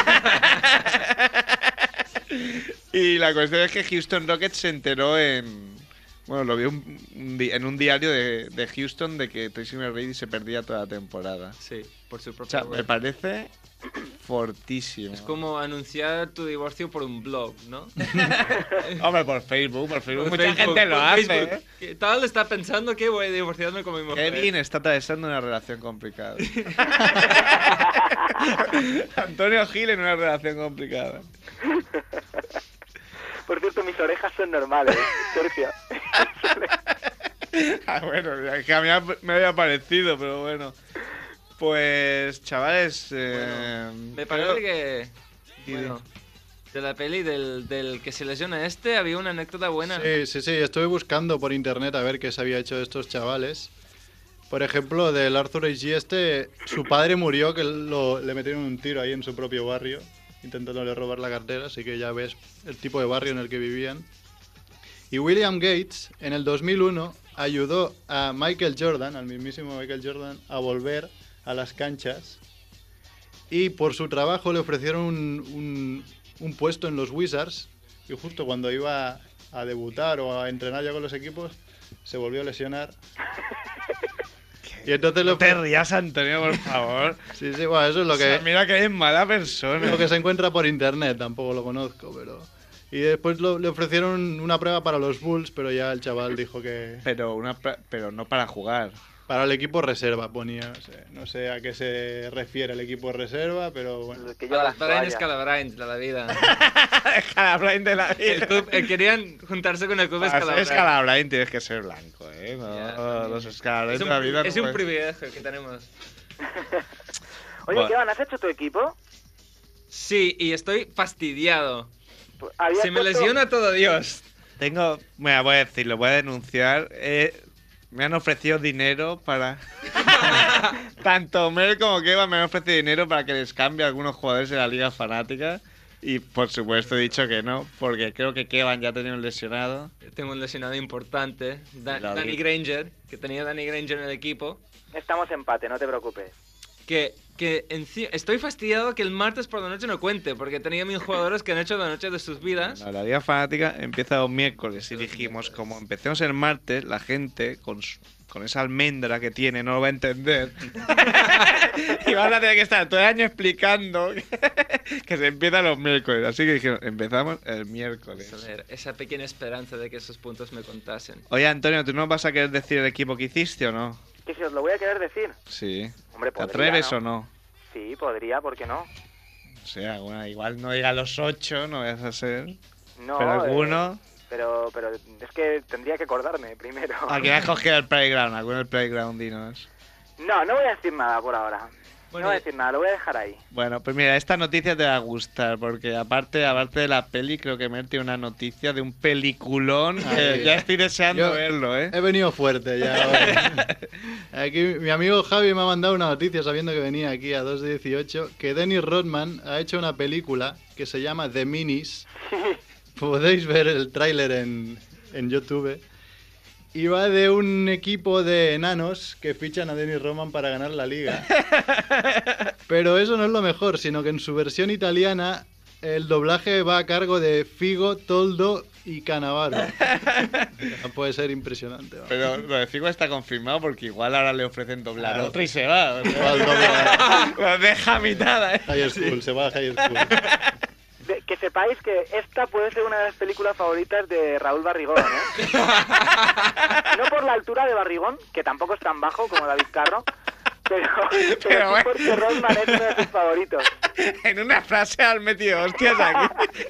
Y la cuestión es que Houston Rockets se enteró bueno, lo vio en un diario de Houston de que Tracy McGrady se perdía toda la temporada. Sí, por su propia web. Me parece fortísimo. Es como anunciar tu divorcio por un blog, ¿no? Hombre, por Facebook mucha gente lo hace, ¿eh? ¿Qué tal está pensando que voy a divorciarme con mi mujer? Kevin está atravesando una relación complicada. Antonio Gil en una relación complicada. Por cierto, mis orejas son normales, Sergio. Bueno, es que a mí me había parecido, pero bueno. Pues, chavales... me parece que... Bueno, de la peli del que se lesiona había una anécdota buena. Sí, estuve buscando por internet a ver qué se había hecho de estos chavales. Por ejemplo, del Arthur H.G. su padre murió, que le metieron un tiro ahí en su propio barrio, intentándole robar la cartera, así que ya ves el tipo de barrio en el que vivían. Y William Gates, en el 2001, ayudó a Michael Jordan, al mismísimo Michael Jordan, a volver a las canchas. Y por su trabajo le ofrecieron un puesto en los Wizards. Y justo cuando iba a debutar o a entrenar ya con los equipos, se volvió a lesionar. Y entonces no te rías, Antonio, por favor. Sí, bueno, eso es lo que... mira que es mala persona. Lo que se encuentra por internet, tampoco lo conozco, pero... Y después le ofrecieron una prueba para los Bulls, pero ya el chaval dijo que... Pero no para jugar. Para el equipo reserva ponía, no sé a qué se refiere el equipo reserva, pero bueno. Para Scalabrine de la vida. Scalabrine de la vida. Querían juntarse con el club Scalabrine. Scalabrine tienes que ser blanco, ¿eh? No, los Scalabrine de la vida. Es un privilegio que tenemos. Oye, ¿qué van? ¿Has hecho tu equipo? Sí, y estoy fastidiado. Se me lesiona todo Dios. Voy a decirlo, voy a denunciar. Me han ofrecido dinero para... Tanto Mel como Keva me han ofrecido dinero para que les cambie a algunos jugadores de la Liga Fanática. Y por supuesto he dicho que no, porque creo que Kevan ya tenía un lesionado. Tengo un lesionado importante, Lo Danny vi. Granger, que tenía Danny Granger en el equipo. Estamos empate, no te preocupes. Que estoy fastidiado que el martes por la noche no cuente, porque he tenido 1000 jugadores que han hecho la noche de sus vidas. La Liga Fanática empieza los miércoles y dijimos, como empecemos el martes, la gente con esa almendra que tiene no lo va a entender. Y van a tener que estar todo el año explicando que se empieza los miércoles. Así que dijeron, empezamos el miércoles. A ver, esa pequeña esperanza de que esos puntos me contasen. Oye, Antonio, ¿tú no vas a querer decir el equipo que hiciste o no? Que si os lo voy a querer decir. Sí. Hombre, ¿Te podría, atreves ¿no? o no? Sí, podría, ¿por qué no? O sea, bueno, igual no llega a los 8, no vayas a ser. No, Pero alguno... pero es que tendría que acordarme primero. ¿A qué has cogido el Playground? ¿A el Playground, dinos? No voy a decir nada por ahora. Bueno, no voy a decir nada, lo voy a dejar ahí. Bueno, pues mira, esta noticia te va a gustar, porque aparte de la peli, creo que Mer tiene una noticia de un peliculón que Ay, ya estoy deseando yo verlo, ¿eh? He venido fuerte ya. Hoy. Aquí mi amigo Javi me ha mandado una noticia sabiendo que venía aquí a 2 de 18, que Dennis Rodman ha hecho una película que se llama The Minis. Podéis ver el tráiler en YouTube. Y va de un equipo de enanos que fichan a Dennis Rodman para ganar la liga. Pero eso no es lo mejor, sino que en su versión italiana el doblaje va a cargo de Figo, Toldo y Cannavaro. Puede ser impresionante. ¿Va? Pero lo de Figo está confirmado porque igual ahora le ofrecen doblar Claro. otro y se va. O Va sea, al doble. lo deja a mitad, ¿eh? High School, se va a High School. Que sepáis que esta puede ser una de las películas favoritas de Raúl Barrigón, ¿eh? No por la altura de Barrigón, que tampoco es tan bajo como David Carro, pero sí bueno. porque Rodman es uno de sus favoritos. En una frase has metido hostias aquí.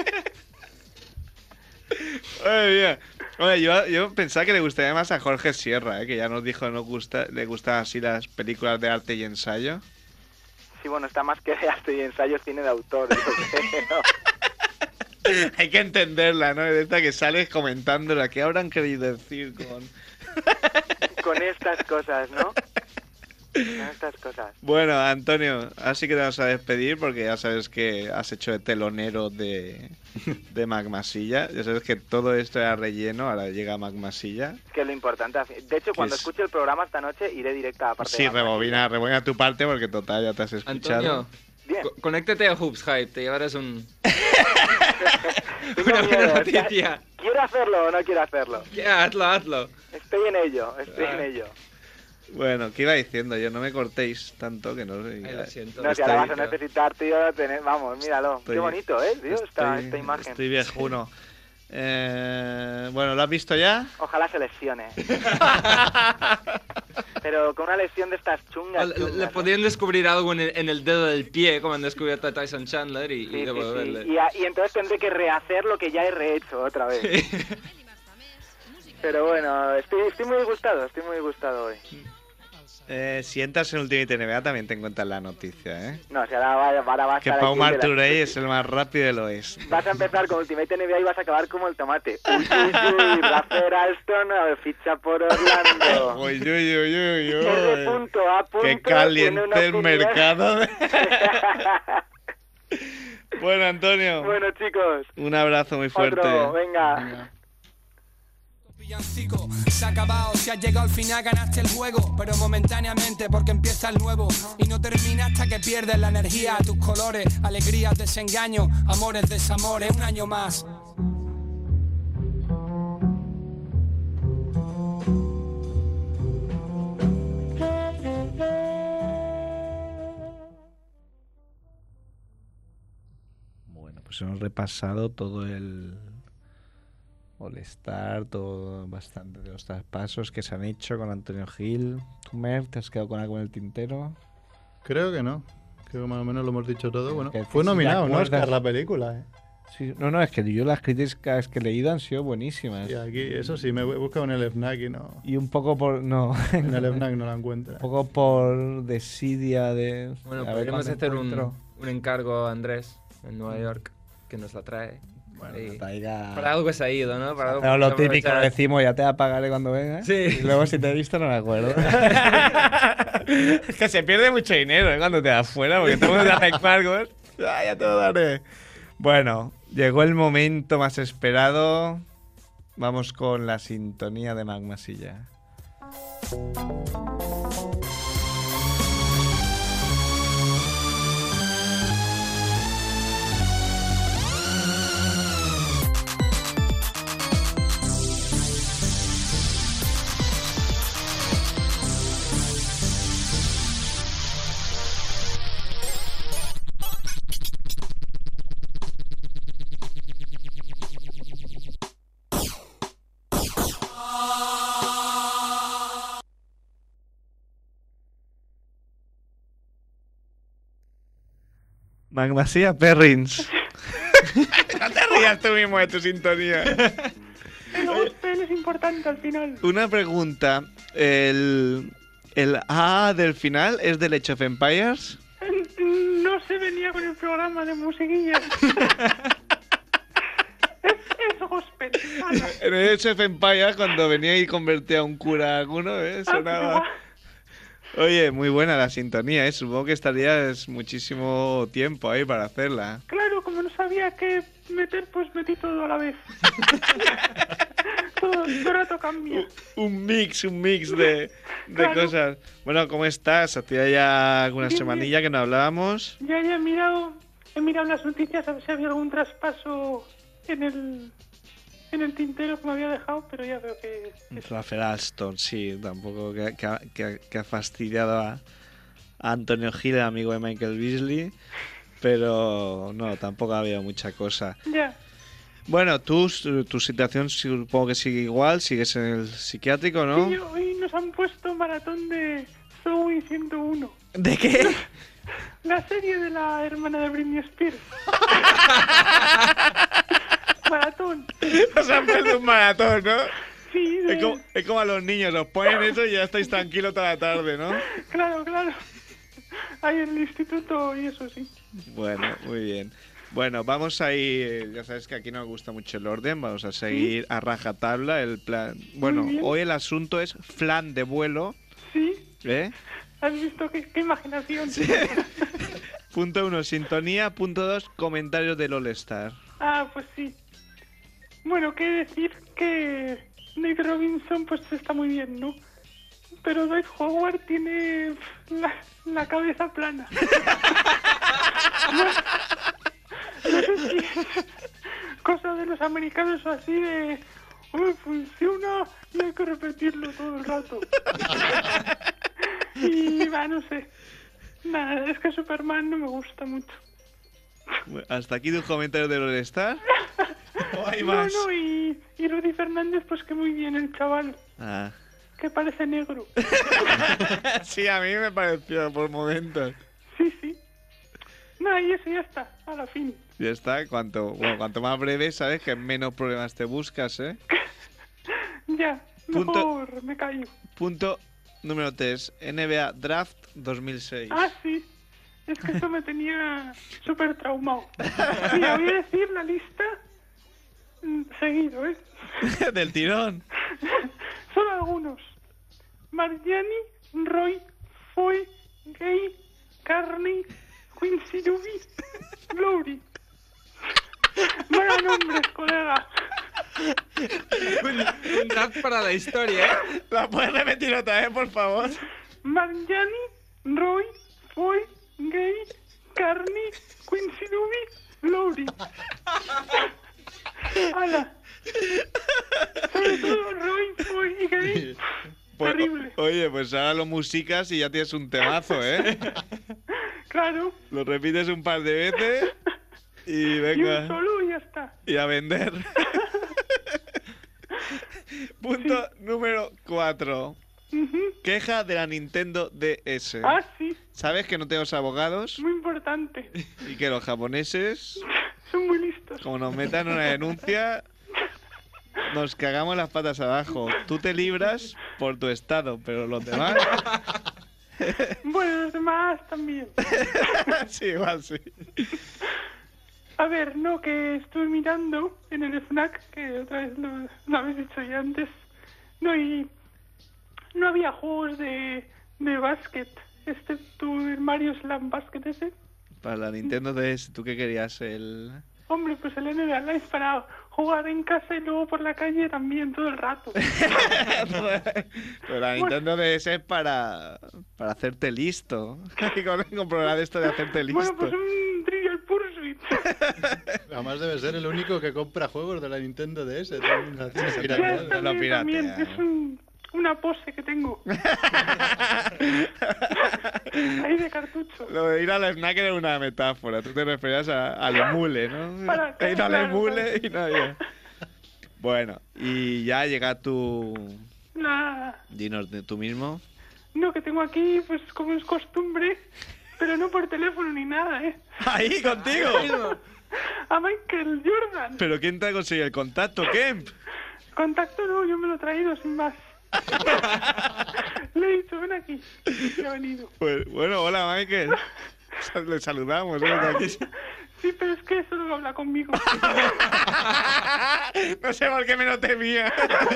Oye, yo pensaba que le gustaría más a Jorge Sierra, que ya nos dijo que le gustan así las películas de arte y ensayo. Sí, bueno, está más que arte y ensayos, cine de autor, yo creo. Hay que entenderla, ¿no? De esta que sales comentándola. ¿Qué habrán querido decir Con estas cosas, ¿no? Con estas cosas. Bueno, Antonio, así que te vas a despedir porque ya sabes que has hecho de telonero de Magmasilla. Ya sabes que todo esto era relleno, ahora llega Magmasilla. Que es lo importante. De hecho, cuando escuche el programa esta noche, iré directa a la parte Sí, de Magmasilla. rebobina tu parte porque total ya te has escuchado. Antonio, Bien. conéctate a Hoops Hype, te llevarás Tengo una buena miedo, noticia. ¿Quiero hacerlo o no quiero hacerlo? Ya, hazlo. Estoy en ello, estoy en ello. Bueno, ¿qué iba diciendo? Yo no me cortéis tanto que no sé. Ay, lo siento. No, si ahora vas a necesitar, tío, vamos, míralo. Qué bonito, tío, esta imagen. Estoy viejuno. Bueno, ¿lo has visto ya? Ojalá se lesione. Pero con una lesión de estas chungas. Le ¿no? podrían descubrir algo en el dedo del pie, como han descubierto a Tyson Chandler, y Sí, devolverle. sí. Y entonces tendré que rehacer lo que ya he rehecho otra vez. Pero bueno, estoy muy gustado hoy. Si entras en Ultimate NBA también te encuentras la noticia, ¿eh? No, si ahora va a Que estar Pau aquí el de las- Marturey es el más rápido del oeste. Vas a empezar con Ultimate NBA y vas a acabar como el tomate. Uy, Rafael Alston ficha por Orlando. Uy, uy, uy, uy, R. uy. A. Qué tiene una caliente el opinión. mercado. Bueno, Antonio, Bueno, chicos, un abrazo muy fuerte. otro, venga. Villancico, se ha acabado, si has llegado al final ganaste el juego, pero momentáneamente porque empieza el nuevo y no termina hasta que pierdes la energía, tus colores, alegrías, desengaños, amores, desamores, un año más. Bueno, pues hemos repasado todo el All-Star, todo bastante de los traspasos que se han hecho con Antonio Gil. ¿Tú, Mer, te has quedado con algo en el tintero? Creo que no. Creo que más o menos lo hemos dicho todo. Bueno, Que fue si nominado, te ¿no? acuerdas- Oscar la película, ¿eh? Sí, no, es que yo las críticas que he leído han sido buenísimas. Y aquí, eso sí, me he buscado en el FNAC y no. Y un poco por... No, En el FNAC no la encuentro. un poco por desidia de... Bueno, a ver podríamos cuándo hacer encuentro. un encargo a Andrés en Nueva York, que nos la trae. Bueno, Ahí. que traiga... Para algo se ha ido, ¿no? Para algo Pero lo podemos típico, aprovechar. decimos, ya te la pagaré cuando venga. Sí. Y luego si te he visto no me acuerdo. Es que se pierde mucho dinero, cuando te das fuera, porque todo el mundo te hace cargos. Ya te lo daré. Bueno, llegó el momento más esperado. Vamos con la sintonía de Magmasilla. Magmasilla Perrins. No te rías tú mismo de tu sintonía. El gospel es importante al final. Una pregunta. ¿El A del final es del Age of Empires? No se venía con el programa de musiquilla. es gospel. Ala. En el Age of Empires, cuando venía y convertía a un cura alguno, sonaba... Oye, muy buena la sintonía, ¿eh? Supongo que estarías muchísimo tiempo ahí para hacerla. Claro, como no sabía qué meter, pues metí todo a la vez. todo el rato cambia. Un mix de Claro. cosas. Bueno, ¿cómo estás? Hacía ya alguna Bien, semanilla que no hablábamos. Ya he mirado las noticias a ver si había algún traspaso en el tintero que me había dejado, pero ya veo que... Rafael Alston, sí, tampoco que ha fastidiado a Antonio Gil, el amigo de Michael Beasley, pero no, tampoco ha habido mucha cosa. Ya. Bueno, tu situación supongo que sigue igual, sigues en el psiquiátrico, ¿no? Sí, hoy nos han puesto maratón de Zoe 101. ¿De qué? La serie de la hermana de Britney Spears. Maratón. Os han puesto un maratón, ¿no? Sí, Es como a los niños, os ponen eso y ya estáis tranquilos toda la tarde, ¿no? Claro. Ahí en el instituto y eso sí. Bueno, muy bien. Bueno, vamos a ir, ya sabes que aquí nos gusta mucho el orden, vamos a seguir a rajatabla el plan. Bueno, Muy bien. hoy el asunto es flan de vuelo, Sí, ¿eh? has visto qué imaginación. Punto 1, sintonía. Punto 2, comentarios del All Star. Ah, pues sí. Bueno, qué decir que Nate Robinson pues está muy bien, ¿no? Pero Dwight Howard tiene la cabeza plana. No sé si es cosa de los americanos o así de... funciona y hay que repetirlo todo el rato. Y no sé. Nada, es que Superman no me gusta mucho. ¿Hasta aquí tus comentarios del All Star? ¿O hay más? No, y Rudy Fernández, pues que muy bien el chaval, Ah. que parece negro. Sí, a mí me pareció por momentos. Sí. Nada, y eso ya está, a la fin. Ya está, cuanto más breve, sabes que menos problemas te buscas, ¿eh? Ya, Punto- mejor me callo. Punto número 3, NBA Draft 2006. Ah, sí, es que eso me tenía súper traumado. Mira, voy a decir la lista seguido, ¿eh? Del tirón. Solo algunos. Margiani, Roy, Foy, Gay, Carney, Quincy Duby, Lowry. Vaya nombres, colega. Un draft para la historia, ¿eh? ¿La puedes repetir otra vez, por favor? Margiani, Roy, Foy, Gay, Carney, Quincy Duby, Lowry. ¡Hala! Sobre todo Roy, Foy y Gay. Pues, Terrible. Oye, pues ahora lo musicas y ya tienes un temazo, ¿eh? Claro. Lo repites un par de veces y Y un venga. solo y ya está. Y a vender. Punto número 4. Ujú. Queja de la Nintendo DS. Ah, sí. ¿Sabes que no tenemos abogados? Muy importante. Y que los japoneses, Son muy listos. como nos metan una denuncia, nos cagamos las patas abajo. Tú te libras por tu estado, pero los demás... Bueno, los demás también. Sí, igual sí. A ver, no, que estuve mirando en el FNAC, que otra vez lo habéis dicho ya antes. No, y no había juegos de básquet, excepto el Mario Slam Basket ese. Para la Nintendo DS, ¿tú qué querías? Hombre, pues el NBA Live para jugar en casa y luego por la calle también todo el rato. Pero la Nintendo DS es para hacerte listo. Y con programas de esto de hacerte listo. Bueno, pues un Trivial Pursuit. Además debe ser el único que compra juegos de la Nintendo DS. Todo el mundo hace Ya, pirateado. también, es una pose que tengo. Ahí de cartucho. Lo de ir al snack era una metáfora. Tú te referías al emule, ¿no? Para- Ir al claro, emule y nada. Bueno, y ya llega tu... Dinos de tú mismo. No, que tengo aquí, pues como es costumbre, pero no por teléfono ni nada, ¿eh? ¡Ahí, contigo! A Michael Jordan. ¿Pero quién te ha conseguido el contacto, Kemp? Contacto no, yo me lo he traído sin más. Le he dicho, ven aquí. Y ha venido. Pues, bueno, hola, Michael. Le saludamos, ¿eh? Aquí. Sí, pero es que solo habla conmigo. No sé por qué me lo temía.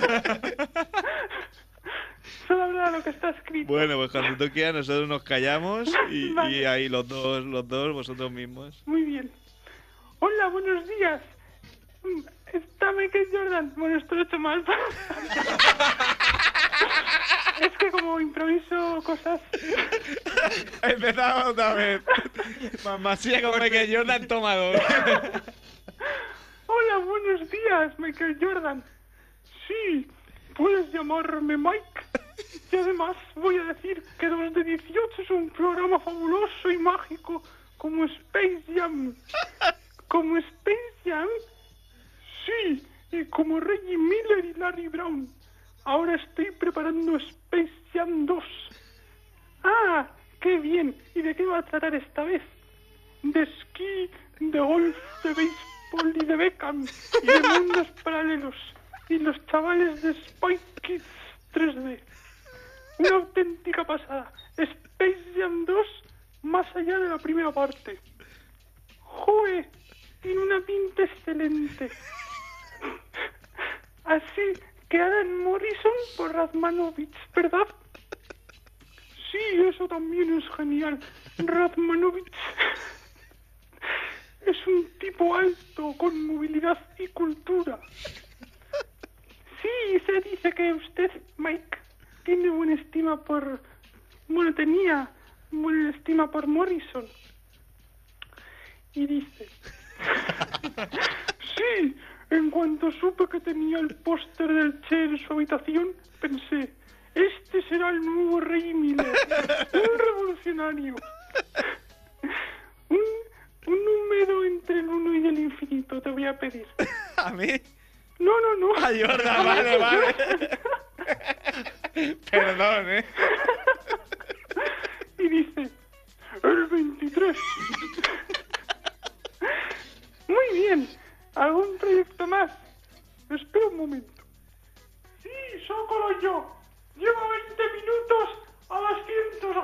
Solo habla lo que está escrito. Bueno, pues cuando tú quieras nosotros nos callamos y Vale. ahí los dos, vosotros mismos. Muy bien. Hola, buenos días. Está Michael Jordan. Bueno, esto lo he hecho mal. Es que como improviso cosas... Empezamos otra vez. Masía con Michael Jordan, toma dos. Hola, buenos días, Michael Jordan. Sí, puedes llamarme Mike. Y además voy a decir que 2 de 18 es un programa fabuloso y mágico como Space Jam. ¿Como Space Jam? Sí, y como Reggie Miller y Larry Brown. Ahora estoy preparando Space Jam 2. ¡Ah! ¡Qué bien! ¿Y de qué va a tratar esta vez? De esquí, de golf, de béisbol y de Beckham. Y de mundos paralelos. Y los chavales de Spy Kids 3D. Una auténtica pasada. Space Jam 2 más allá de la primera parte. ¡Joe! Tiene una pinta excelente. Así que Adam Morrison por Radmanovich, ¿verdad? Sí, eso también es genial. Radmanovich es un tipo alto, con movilidad y cultura. Sí, se dice que usted, Mike, tiene buena estima por... Bueno, tenía buena estima por Morrison. Y dice... Sí, en cuanto supe que tenía el póster del Che en su habitación, pensé, este será el nuevo Rey Miller, un revolucionario. Un número entre el 1 y el infinito te voy a pedir. ¿A mí? No. A Jordan, vale. Perdón, ¿eh? Y dice, el 23. Muy bien. ¿Algún proyecto más? Espera un momento. Sí, solo yo. Llevo 20 minutos a 200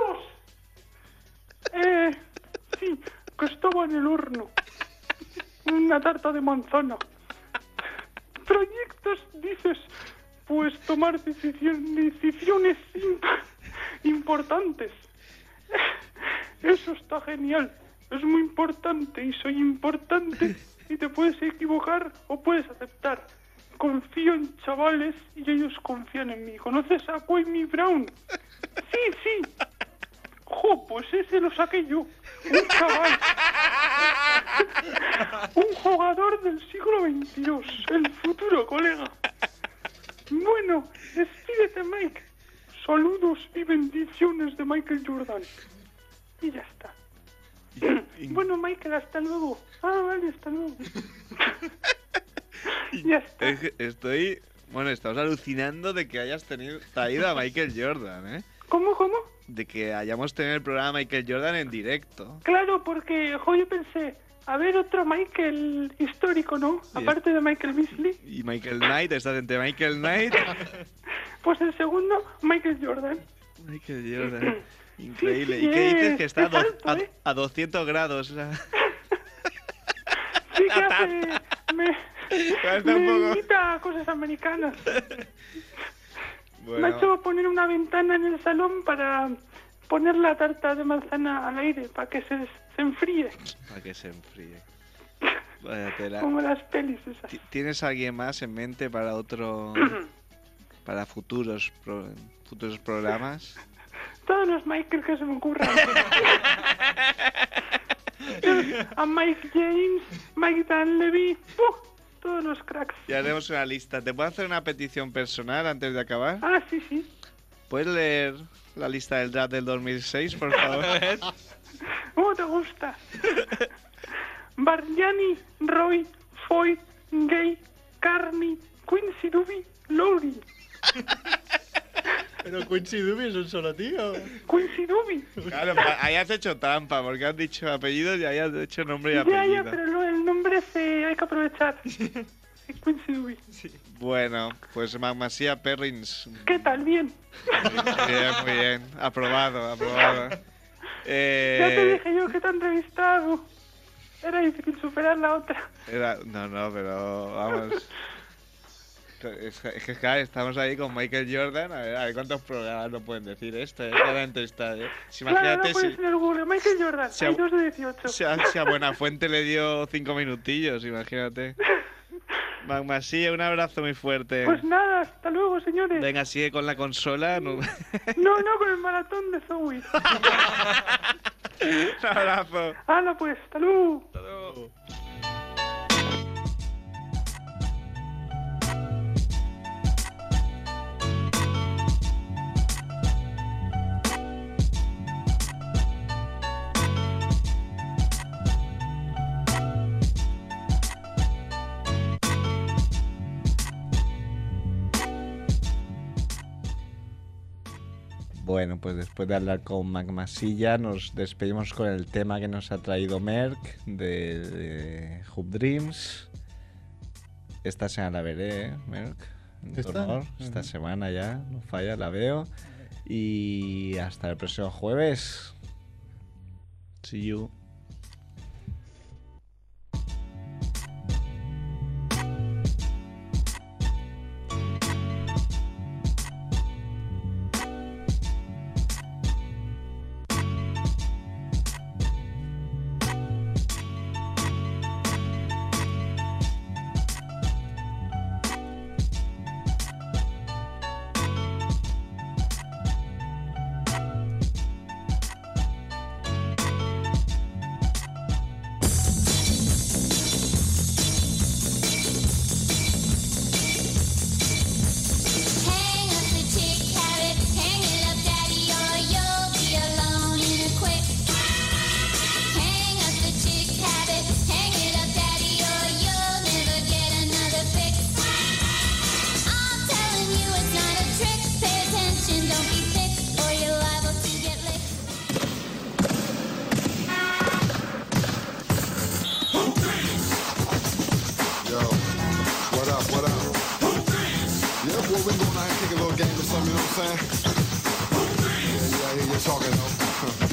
grados. Sí, que estaba en el horno. Una tarta de manzana. Proyectos, dices, pues tomar decisiones importantes. Eso está genial. Es muy importante y soy importante y te puedes equivocar o puedes aceptar. Confío en chavales y ellos confían en mí. ¿Conoces a Kwame Brown? Sí. Jo, pues ese lo saqué yo. Un chaval. Un jugador del siglo XXII. El futuro, colega. Bueno, despídete, Mike. Saludos y bendiciones de Michael Jordan. Y ya está. Bueno, Michael, hasta luego. Ah, vale, hasta luego. Ya está. Estoy... Bueno, estamos alucinando de que hayas traído a Michael Jordan, ¿eh? ¿Cómo? De que hayamos tenido el programa Michael Jordan en directo. Claro, porque yo pensé, a ver, otro Michael histórico, ¿no? Sí. Aparte de Michael Beasley. Y Michael Knight, estás entre Michael Knight. Pues el segundo, Michael Jordan. Michael Jordan. Increíble. Sí, ¿Y qué dices? Que está es alto, ¿eh? a 200 grados. O sea. Sí que hace... Falta un me poco. invita a cosas americanas. Bueno. Me ha hecho poner una ventana en el salón para poner la tarta de manzana al aire, para que se enfríe. Para que se enfríe. Vaya tela. Como las pelis esas. ¿Tienes alguien más en mente para para futuros programas? Todos los Michael que se me ocurran. A Mike James, Mike Dan Levy, todos los cracks. Ya haremos una lista. ¿Te puedo hacer una petición personal antes de acabar? Ah, sí. ¿Puedes leer la lista del draft del 2006, por favor? ¿Cómo te gusta? Bargnani, Roy, Foy, Gay, Carney, Quincy Duby, Lowry. Pero Quincy Duby es un solo tío. Quincy Duby. Claro, ahí has hecho trampa, porque has dicho apellidos y ahí has hecho nombre y apellido. Ya, pero el nombre hay que aprovechar. Quincy Duby. Bueno, pues Magmasia Perrins. ¿Qué tal? Bien. Muy bien. Aprobado. Ya te dije yo que te he entrevistado. Era difícil superar la otra. No, pero vamos. Es que claro, estamos ahí con Michael Jordan. A ver cuántos programas no pueden decir esto, cada entrevista, Si imagínate claro, no en el Google. Michael Jordan, hay 2 de 18. Si a Buenafuente le dio 5 minutillos, imagínate. Magmasia, un abrazo muy fuerte. Pues nada, hasta luego, señores. Venga, sigue con la consola. No, con el maratón de Zoe. Un abrazo. Hala pues, hasta luego. Hasta luego. Bueno, pues después de hablar con Magmasia, nos despedimos con el tema que nos ha traído Merck de Hoop Dreams. Esta semana la veré, Merck. Esta semana ya, no falla, la veo. Y hasta el próximo jueves. See you. Saying? Yeah, I hear you talking though.